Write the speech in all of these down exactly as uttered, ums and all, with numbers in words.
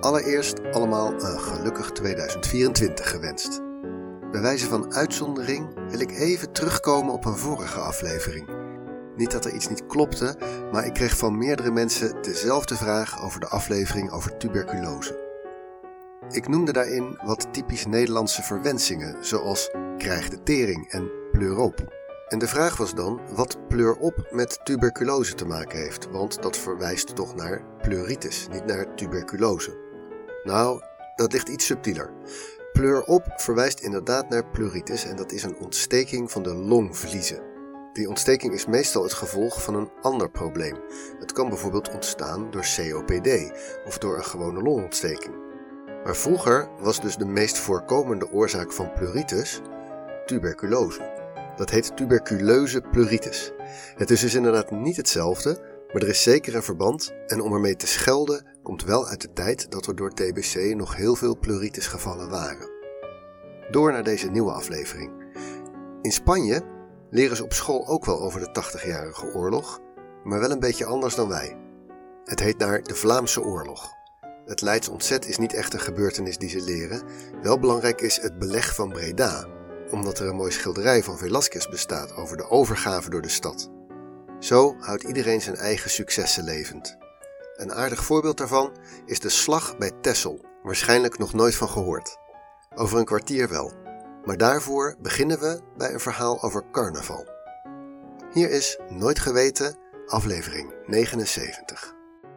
Allereerst allemaal een gelukkig tweeduizend vierentwintig gewenst. Bij wijze van uitzondering wil ik even terugkomen op een vorige aflevering. Niet dat er iets niet klopte, maar ik kreeg van meerdere mensen dezelfde vraag over de aflevering over tuberculose. Ik noemde daarin wat typisch Nederlandse verwensingen, zoals krijg de tering en pleur op. En de vraag was dan wat pleur op met tuberculose te maken heeft, want dat verwijst toch naar pleuritis, niet naar tuberculose. Nou, dat ligt iets subtieler. Pleur op verwijst inderdaad naar pleuritis en dat is een ontsteking van de longvliezen. Die ontsteking is meestal het gevolg van een ander probleem. Het kan bijvoorbeeld ontstaan door C O P D of door een gewone longontsteking. Maar vroeger was dus de meest voorkomende oorzaak van pleuritis tuberculose. Dat heet tuberculeuze pleuritis. Het is dus inderdaad niet hetzelfde, maar er is zeker een verband en om ermee te schelden komt wel uit de tijd dat er door T B C nog heel veel pleuritisgevallen waren. Door naar deze nieuwe aflevering. In Spanje leren ze op school ook wel over de tachtigjarige oorlog, maar wel een beetje anders dan wij. Het heet daar de Vlaamse oorlog. Het Leids ontzet is niet echt een gebeurtenis die ze leren. Wel belangrijk is het beleg van Breda, omdat er een mooi schilderij van Velázquez bestaat over de overgave door de stad. Zo houdt iedereen zijn eigen successen levend. Een aardig voorbeeld daarvan is de slag bij Texel, waarschijnlijk nog nooit van gehoord. Over een kwartier wel, maar daarvoor beginnen we bij een verhaal over carnaval. Hier is Nooit Geweten, aflevering negenenzeventig.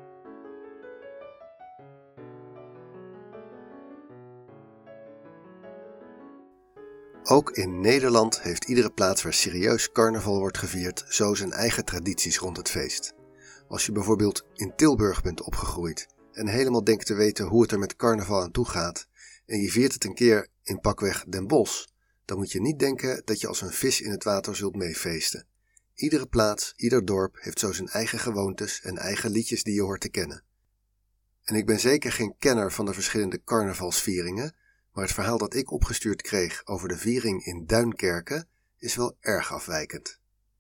Ook in Nederland heeft iedere plaats waar serieus carnaval wordt gevierd zo zijn eigen tradities rond het feest. Als je bijvoorbeeld in Tilburg bent opgegroeid en helemaal denkt te weten hoe het er met carnaval aan toe gaat en je viert het een keer in pakweg Den Bosch, dan moet je niet denken dat je als een vis in het water zult meefeesten. Iedere plaats, ieder dorp heeft zo zijn eigen gewoontes en eigen liedjes die je hoort te kennen. En ik ben zeker geen kenner van de verschillende carnavalsvieringen, maar het verhaal dat ik opgestuurd kreeg over de viering in Duinkerke is wel erg afwijkend.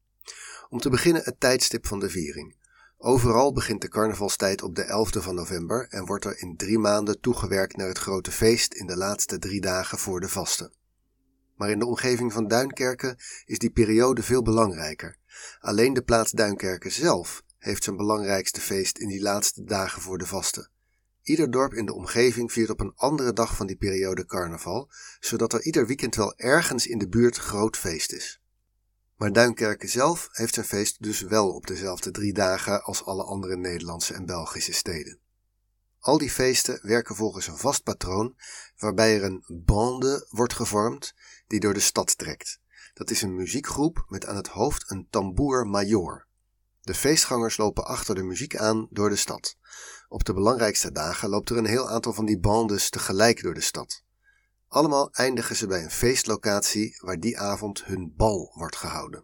Om te beginnen het tijdstip van de viering. Overal begint de carnavalstijd op de elfde van november en wordt er in drie maanden toegewerkt naar het grote feest in de laatste drie dagen voor de vasten. Maar in de omgeving van Duinkerke is die periode veel belangrijker. Alleen de plaats Duinkerke zelf heeft zijn belangrijkste feest in die laatste dagen voor de vasten. Ieder dorp in de omgeving viert op een andere dag van die periode carnaval, zodat er ieder weekend wel ergens in de buurt groot feest is. Maar Duinkerke zelf heeft zijn feest dus wel op dezelfde drie dagen als alle andere Nederlandse en Belgische steden. Al die feesten werken volgens een vast patroon, waarbij er een bande wordt gevormd die door de stad trekt. Dat is een muziekgroep met aan het hoofd een tamboer major. De feestgangers lopen achter de muziek aan door de stad. Op de belangrijkste dagen loopt er een heel aantal van die bandes tegelijk door de stad. Allemaal eindigen ze bij een feestlocatie waar die avond hun bal wordt gehouden.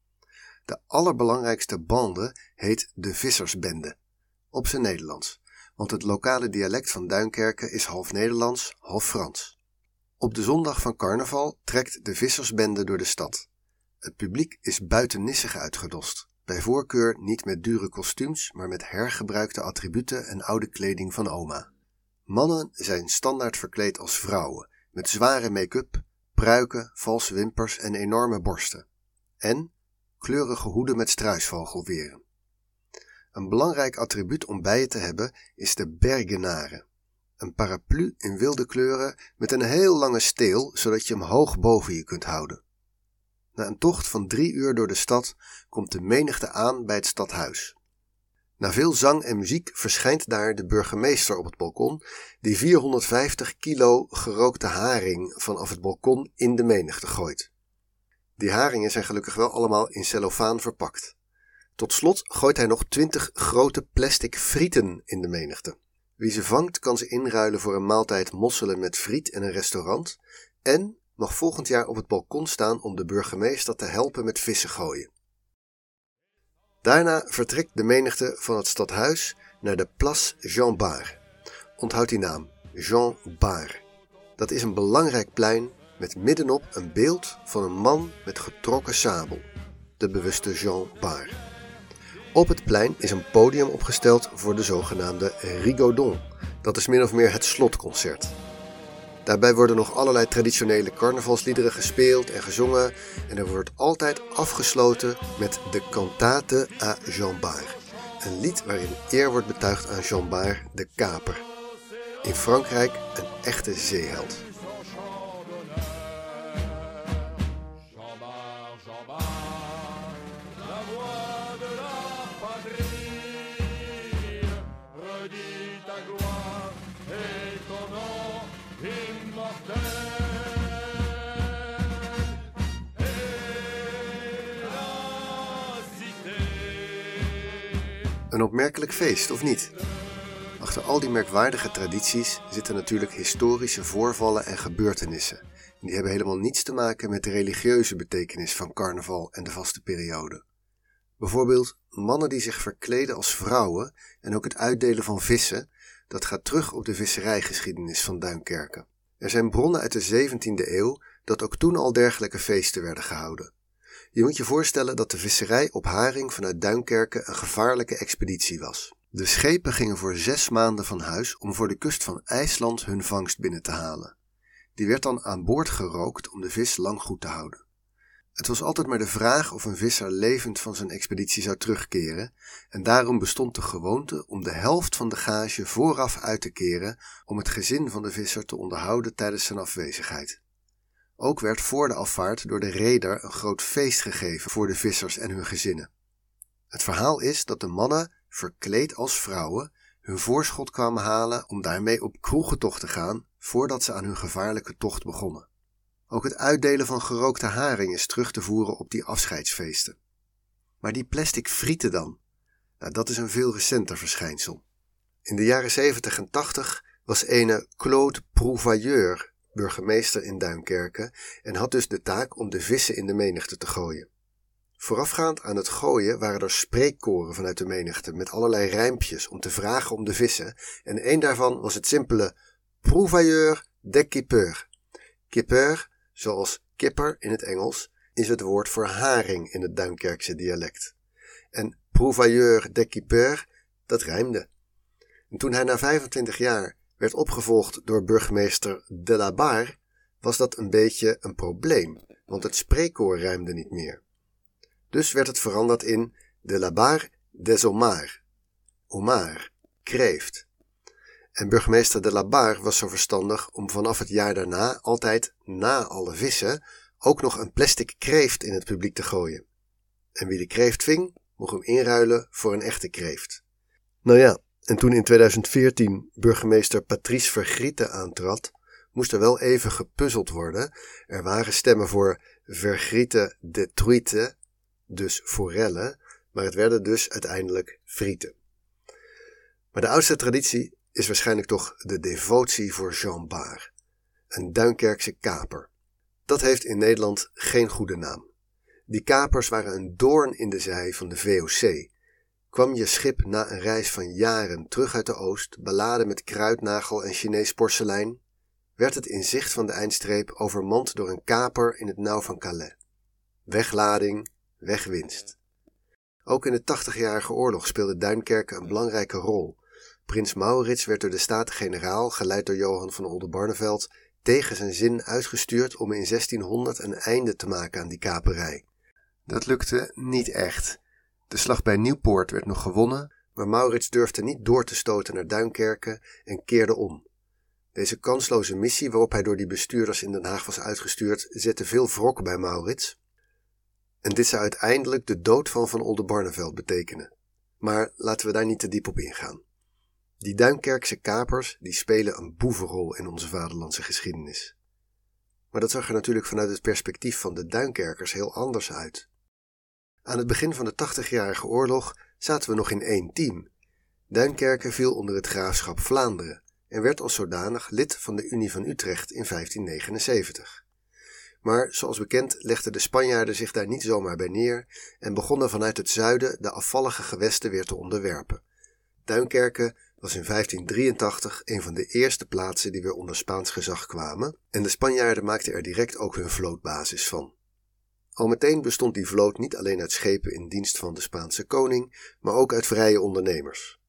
De allerbelangrijkste bande heet de Vissersbende, op zijn Nederlands, want het lokale dialect van Duinkerke is half Nederlands, half Frans. Op de zondag van carnaval trekt de Vissersbende door de stad. Het publiek is buitennissig uitgedost. Bij voorkeur niet met dure kostuums, maar met hergebruikte attributen en oude kleding van oma. Mannen zijn standaard verkleed als vrouwen, met zware make-up, pruiken, valse wimpers en enorme borsten. En kleurige hoeden met struisvogelveren. Een belangrijk attribuut om bij je te hebben is de bergenare. Een paraplu in wilde kleuren met een heel lange steel, zodat je hem hoog boven je kunt houden. Na een tocht van drie uur door de stad komt de menigte aan bij het stadhuis. Na veel zang en muziek verschijnt daar de burgemeester op het balkon, die vierhonderdvijftig kilo gerookte haring vanaf het balkon in de menigte gooit. Die haringen zijn gelukkig wel allemaal in cellofaan verpakt. Tot slot gooit hij nog twintig grote plastic frieten in de menigte. Wie ze vangt kan ze inruilen voor een maaltijd mosselen met friet en een restaurant en mag volgend jaar op het balkon staan om de burgemeester te helpen met vissen gooien. Daarna vertrekt de menigte van het stadhuis naar de Place Jean Bart. Onthoud die naam, Jean Bart. Dat is een belangrijk plein met middenop een beeld van een man met getrokken sabel, de bewuste Jean Bart. Op het plein is een podium opgesteld voor de zogenaamde rigodon, Dat is min of meer het slotconcert. Daarbij worden nog allerlei traditionele carnavalsliederen gespeeld en gezongen en er wordt altijd afgesloten met de Cantate à Jean Bart, een lied waarin eer wordt betuigd aan Jean Bart de kaper. In Frankrijk een echte zeeheld. Een opmerkelijk feest, of niet? Achter al die merkwaardige tradities zitten natuurlijk historische voorvallen en gebeurtenissen. En die hebben helemaal niets te maken met de religieuze betekenis van carnaval en de vaste periode. Bijvoorbeeld mannen die zich verkleden als vrouwen en ook het uitdelen van vissen, dat gaat terug op de visserijgeschiedenis van Duinkerke. Er zijn bronnen uit de zeventiende eeuw dat ook toen al dergelijke feesten werden gehouden. Je moet je voorstellen dat de visserij op haring vanuit Duinkerke een gevaarlijke expeditie was. De schepen gingen voor zes maanden van huis om voor de kust van IJsland hun vangst binnen te halen. Die werd dan aan boord gerookt om de vis lang goed te houden. Het was altijd maar de vraag of een visser levend van zijn expeditie zou terugkeren en daarom bestond de gewoonte om de helft van de gage vooraf uit te keren om het gezin van de visser te onderhouden tijdens zijn afwezigheid. Ook werd voor de afvaart door de reder een groot feest gegeven voor de vissers en hun gezinnen. Het verhaal is dat de mannen, verkleed als vrouwen, hun voorschot kwamen halen om daarmee op kroegentocht te gaan voordat ze aan hun gevaarlijke tocht begonnen. Ook het uitdelen van gerookte haring is terug te voeren op die afscheidsfeesten. Maar die plastic frieten dan? Nou, dat is een veel recenter verschijnsel. In de jaren zeventig en tachtig was ene Claude Prouvailleur burgemeester in Duinkerke en had dus de taak om de vissen in de menigte te gooien. Voorafgaand aan het gooien waren er spreekkoren vanuit de menigte met allerlei rijmpjes om te vragen om de vissen en één daarvan was het simpele Prouvailleur de Kipper. Kipper, zoals kipper in het Engels, is het woord voor haring in het Duinkerkse dialect. En Prouvailleur de Kipper, dat rijmde. En toen hij na vijfentwintig jaar werd opgevolgd door burgemeester de la Barre, was dat een beetje een probleem, want het spreekkoor rijmde niet meer. Dus werd het veranderd in de la Barre des Homards, homard, kreeft. En burgemeester de la Barre was zo verstandig om vanaf het jaar daarna altijd, na alle vissen, ook nog een plastic kreeft in het publiek te gooien. En wie de kreeft ving, mocht hem inruilen voor een echte kreeft. Nou ja, en toen in tweeduizend veertien burgemeester Patrice Vergriete aantrad, moest er wel even gepuzzeld worden. Er waren stemmen voor Vergriete de truite, dus forellen, maar het werden dus uiteindelijk frieten. Maar de oudste traditie is waarschijnlijk toch de devotie voor Jean Bart, een Duinkerkse kaper. Dat heeft in Nederland geen goede naam. Die kapers waren een doorn in de zij van de V O C. Kwam je schip na een reis van jaren terug uit de oost, beladen met kruidnagel en Chinees porselein, werd het in zicht van de eindstreep overmand door een kaper in het nauw van Calais. Weglading, wegwinst. Ook in de tachtigjarige oorlog speelde Duinkerke een belangrijke rol. Prins Maurits werd door de Staten-Generaal, geleid door Johan van Oldenbarnevelt, tegen zijn zin uitgestuurd om in zestienhonderd een einde te maken aan die kaperij. Dat lukte niet echt. De slag bij Nieuwpoort werd nog gewonnen, maar Maurits durfde niet door te stoten naar Duinkerke en keerde om. Deze kansloze missie, waarop hij door die bestuurders in Den Haag was uitgestuurd, zette veel wrok bij Maurits. En dit zou uiteindelijk de dood van Van Oldenbarnevelt betekenen. Maar laten we daar niet te diep op ingaan. Die Duinkerkse kapers, die spelen een boevenrol in onze vaderlandse geschiedenis. Maar dat zag er natuurlijk vanuit het perspectief van de Duinkerkers heel anders uit. Aan het begin van de tachtigjarige oorlog zaten we nog in één team. Duinkerke viel onder het graafschap Vlaanderen en werd als zodanig lid van de Unie van Utrecht in vijftien negenenzeventig. Maar zoals bekend legden de Spanjaarden zich daar niet zomaar bij neer en begonnen vanuit het zuiden de afvallige gewesten weer te onderwerpen. Duinkerke was in vijftien drieëntachtig een van de eerste plaatsen die weer onder Spaans gezag kwamen en de Spanjaarden maakten er direct ook hun vlootbasis van. Al meteen bestond die vloot niet alleen uit schepen in dienst van de Spaanse koning, maar ook uit vrije ondernemers.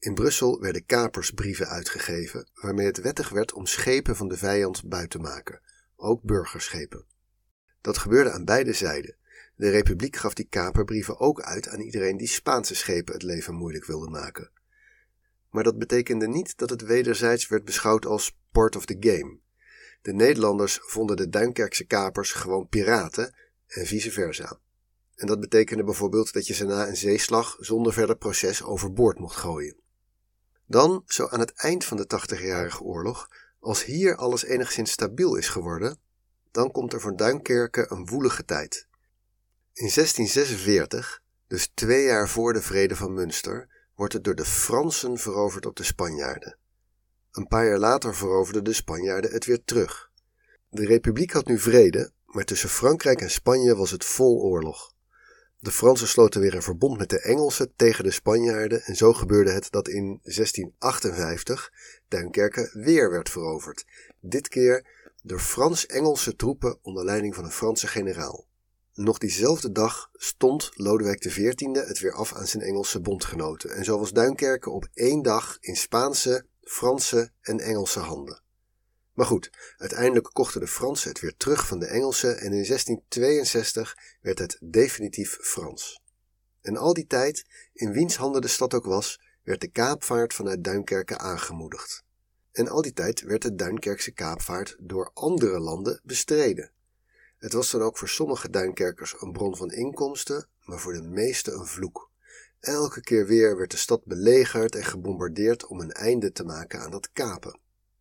In Brussel werden kapersbrieven uitgegeven, waarmee het wettig werd om schepen van de vijand buit te maken, ook burgerschepen. Dat gebeurde aan beide zijden. De Republiek gaf die kaperbrieven ook uit aan iedereen die Spaanse schepen het leven moeilijk wilde maken. Maar dat betekende niet dat het wederzijds werd beschouwd als part of the game. De Nederlanders vonden de Duinkerkse kapers gewoon piraten en vice versa. En dat betekende bijvoorbeeld dat je ze na een zeeslag zonder verder proces overboord mocht gooien. Dan, zo aan het eind van de tachtigjarige oorlog, als hier alles enigszins stabiel is geworden, dan komt er voor Duinkerke een woelige tijd. In zestien zesenveertig, dus twee jaar voor de Vrede van Münster, wordt het door de Fransen veroverd op de Spanjaarden. Een paar jaar later veroverden de Spanjaarden het weer terug. De Republiek had nu vrede, maar tussen Frankrijk en Spanje was het vol oorlog. De Fransen sloten weer een verbond met de Engelsen tegen de Spanjaarden en zo gebeurde het dat in zestien achtenvijftig Duinkerke weer werd veroverd. Dit keer door Frans-Engelse troepen onder leiding van een Franse generaal. Nog diezelfde dag stond Lodewijk de veertiende het weer af aan zijn Engelse bondgenoten en zo was Duinkerke op één dag in Spaanse, Franse en Engelse handen. Maar goed, uiteindelijk kochten de Fransen het weer terug van de Engelsen en in zestien tweeënzestig werd het definitief Frans. En al die tijd, in wiens handen de stad ook was, werd de kaapvaart vanuit Duinkerke aangemoedigd. En al die tijd werd de Duinkerkse kaapvaart door andere landen bestreden. Het was dan ook voor sommige Duinkerkers een bron van inkomsten, maar voor de meesten een vloek. Elke keer weer werd de stad belegerd en gebombardeerd om een einde te maken aan dat kapen.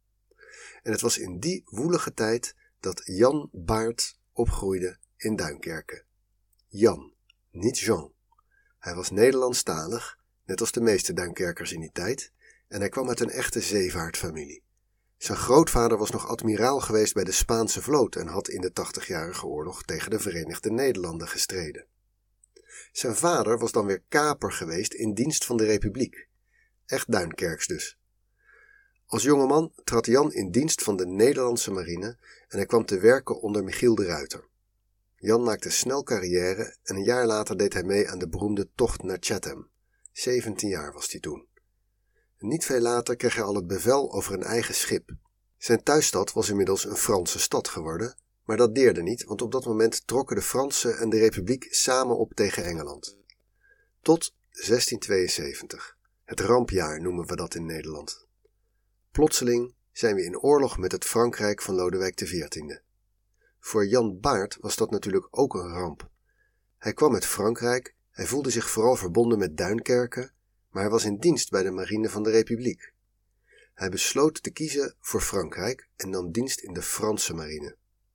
En het was in die woelige tijd dat Jan Baert opgroeide in Duinkerke. Jan, niet Jean. Hij was Nederlandstalig, net als de meeste Duinkerkers in die tijd, en hij kwam uit een echte zeevaartfamilie. Zijn grootvader was nog admiraal geweest bij de Spaanse vloot en had in de tachtigjarige oorlog tegen de Verenigde Nederlanden gestreden. Zijn vader was dan weer kaper geweest in dienst van de Republiek. Echt Duinkerks dus. Als jongeman trad Jan in dienst van de Nederlandse marine en hij kwam te werken onder Michiel de Ruyter. Jan maakte snel carrière en een jaar later deed hij mee aan de beroemde tocht naar Chatham. zeventien jaar was hij toen. Niet veel later kreeg hij al het bevel over een eigen schip. Zijn thuisstad was inmiddels een Franse stad geworden, maar dat deerde niet, want op dat moment trokken de Fransen en de Republiek samen op tegen Engeland. Tot zestien tweeënzeventig. Het rampjaar noemen we dat in Nederland. Plotseling zijn we in oorlog met het Frankrijk van Lodewijk de veertiende. Voor Jan Baert was dat natuurlijk ook een ramp. Hij kwam uit Frankrijk, hij voelde zich vooral verbonden met Duinkerke, maar hij was in dienst bij de marine van de Republiek. Hij besloot te kiezen voor Frankrijk en nam dienst in de Franse marine.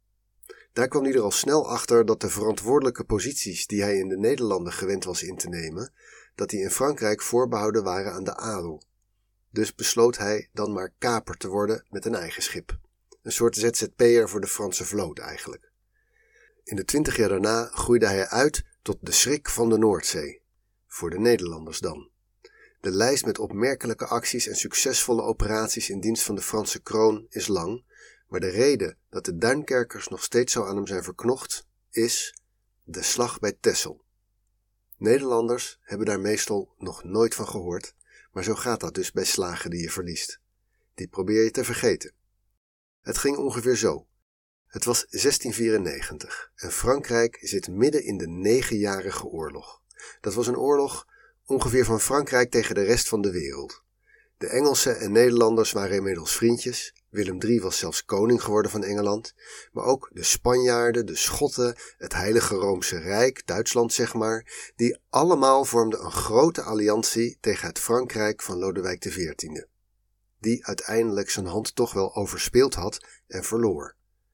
Daar kwam hij er al snel achter dat de verantwoordelijke posities die hij in de Nederlanden gewend was in te nemen, dat die in Frankrijk voorbehouden waren aan de adel. Dus besloot hij dan maar kaper te worden met een eigen schip. Een soort Z Z P'er voor de Franse vloot eigenlijk. In de twintig jaar daarna groeide hij uit tot de schrik van de Noordzee. Voor de Nederlanders dan. De lijst met opmerkelijke acties en succesvolle operaties in dienst van de Franse kroon is lang, maar de reden dat de Duinkerkers nog steeds zo aan hem zijn verknocht, is de slag bij Texel. Nederlanders hebben daar meestal nog nooit van gehoord, maar zo gaat dat dus bij slagen die je verliest. Die probeer je te vergeten. Het ging ongeveer zo. Het was zestien vierennegentig en Frankrijk zit midden in de negenjarige oorlog. Dat was een oorlog ongeveer van Frankrijk tegen de rest van de wereld. De Engelsen en Nederlanders waren inmiddels vriendjes. Willem de derde was zelfs koning geworden van Engeland. Maar ook de Spanjaarden, de Schotten, het Heilige Roomse Rijk, Duitsland zeg maar, die allemaal vormden een grote alliantie tegen het Frankrijk van Lodewijk de veertiende. Die uiteindelijk zijn hand toch wel overspeeld had en verloor.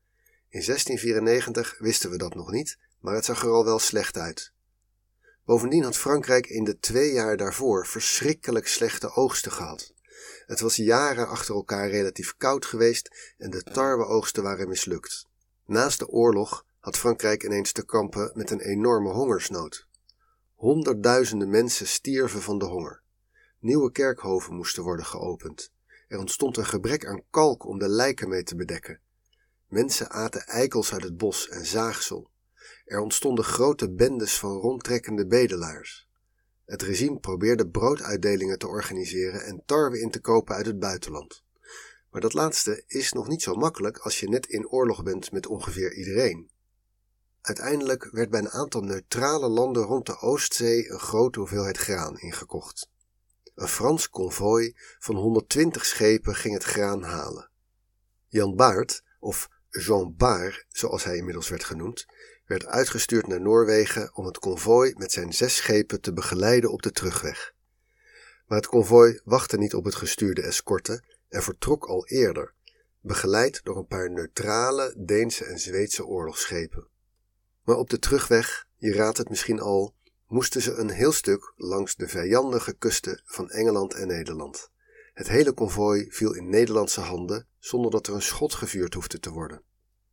In zestien vierennegentig wisten we dat nog niet, maar het zag er al wel slecht uit. Bovendien had Frankrijk in de twee jaar daarvoor verschrikkelijk slechte oogsten gehad. Het was jaren achter elkaar relatief koud geweest en de tarweoogsten waren mislukt. Naast de oorlog had Frankrijk ineens te kampen met een enorme hongersnood. Honderdduizenden mensen stierven van de honger. Nieuwe kerkhoven moesten worden geopend. Er ontstond een gebrek aan kalk om de lijken mee te bedekken. Mensen aten eikels uit het bos en zaagsel. Er ontstonden grote bendes van rondtrekkende bedelaars. Het regime probeerde brooduitdelingen te organiseren en tarwe in te kopen uit het buitenland. Maar dat laatste is nog niet zo makkelijk als je net in oorlog bent met ongeveer iedereen. Uiteindelijk werd bij een aantal neutrale landen rond de Oostzee een grote hoeveelheid graan ingekocht. Een Frans konvooi van honderdtwintig schepen ging het graan halen. Jan Baert, of Jean Bart, zoals hij inmiddels werd genoemd, werd uitgestuurd naar Noorwegen om het konvooi met zijn zes schepen te begeleiden op de terugweg. Maar het konvooi wachtte niet op het gestuurde escorte en vertrok al eerder, begeleid door een paar neutrale Deense en Zweedse oorlogsschepen. Maar op de terugweg, je raadt het misschien al, moesten ze een heel stuk langs de vijandige kusten van Engeland en Nederland. Het hele konvooi viel in Nederlandse handen zonder dat er een schot gevuurd hoefde te worden.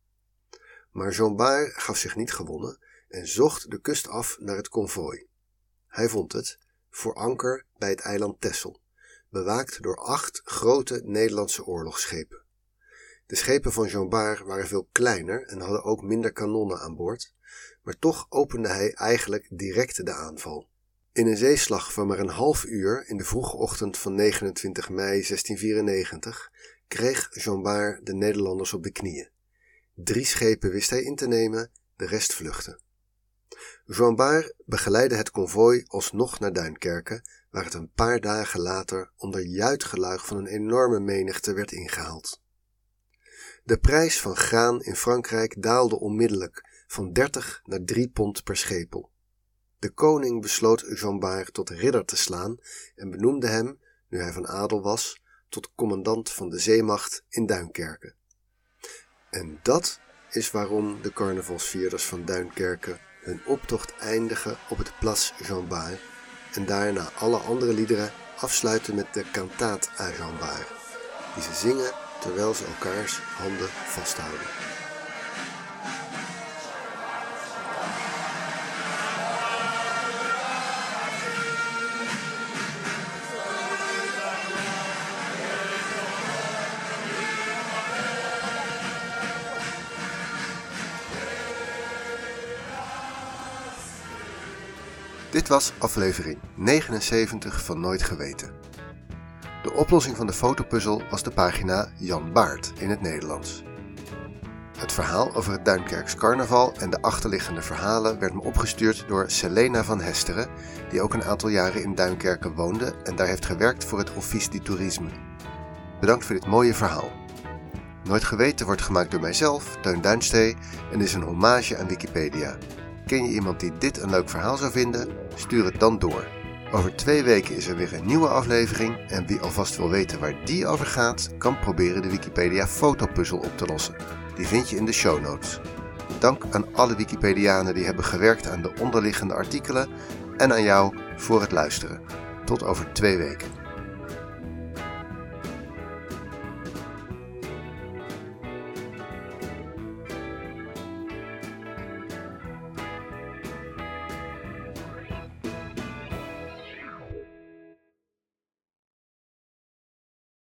Maar Jean Bart gaf zich niet gewonnen en zocht de kust af naar het konvooi. Hij vond het, voor anker bij het eiland Texel, bewaakt door acht grote Nederlandse oorlogsschepen. De schepen van Jean Bart waren veel kleiner en hadden ook minder kanonnen aan boord, maar toch opende hij eigenlijk direct de aanval. In een zeeslag van maar een half uur in de vroege ochtend van negenentwintig mei zestienhonderdvierennegentig kreeg Jean Bart de Nederlanders op de knieën. Drie schepen wist hij in te nemen, de rest vluchtte. Jean Bart begeleidde het konvooi alsnog naar Duinkerke, waar het een paar dagen later onder juichgeluid van een enorme menigte werd ingehaald. De prijs van graan in Frankrijk daalde onmiddellijk van dertig naar drie pond per schepel. De koning besloot Jean Bart tot ridder te slaan en benoemde hem, nu hij van adel was, tot commandant van de zeemacht in Duinkerke. En dat is waarom de carnavalsvierders van Duinkerke hun optocht eindigen op het Place Jean Bart en daarna alle andere liederen afsluiten met de Cantate à Jean Bart, die ze zingen terwijl ze elkaars handen vasthouden. Dit was aflevering negenenzeventig van Nooit Geweten. De oplossing van de fotopuzzel was de pagina Jan Baert in het Nederlands. Het verhaal over het Duinkerks carnaval en de achterliggende verhalen werd me opgestuurd door Selena van Hesteren, die ook een aantal jaren in Duinkerke woonde en daar heeft gewerkt voor het Office du Tourisme. Bedankt voor dit mooie verhaal. Nooit Geweten wordt gemaakt door mijzelf, Teun Duinstee, en is een hommage aan Wikipedia. Ken je iemand die dit een leuk verhaal zou vinden? Stuur het dan door. Over twee weken is er weer een nieuwe aflevering en wie alvast wil weten waar die over gaat, kan proberen de Wikipedia fotopuzzel op te lossen. Die vind je in de show notes. Dank aan alle Wikipedianen die hebben gewerkt aan de onderliggende artikelen en aan jou voor het luisteren. Tot over twee weken.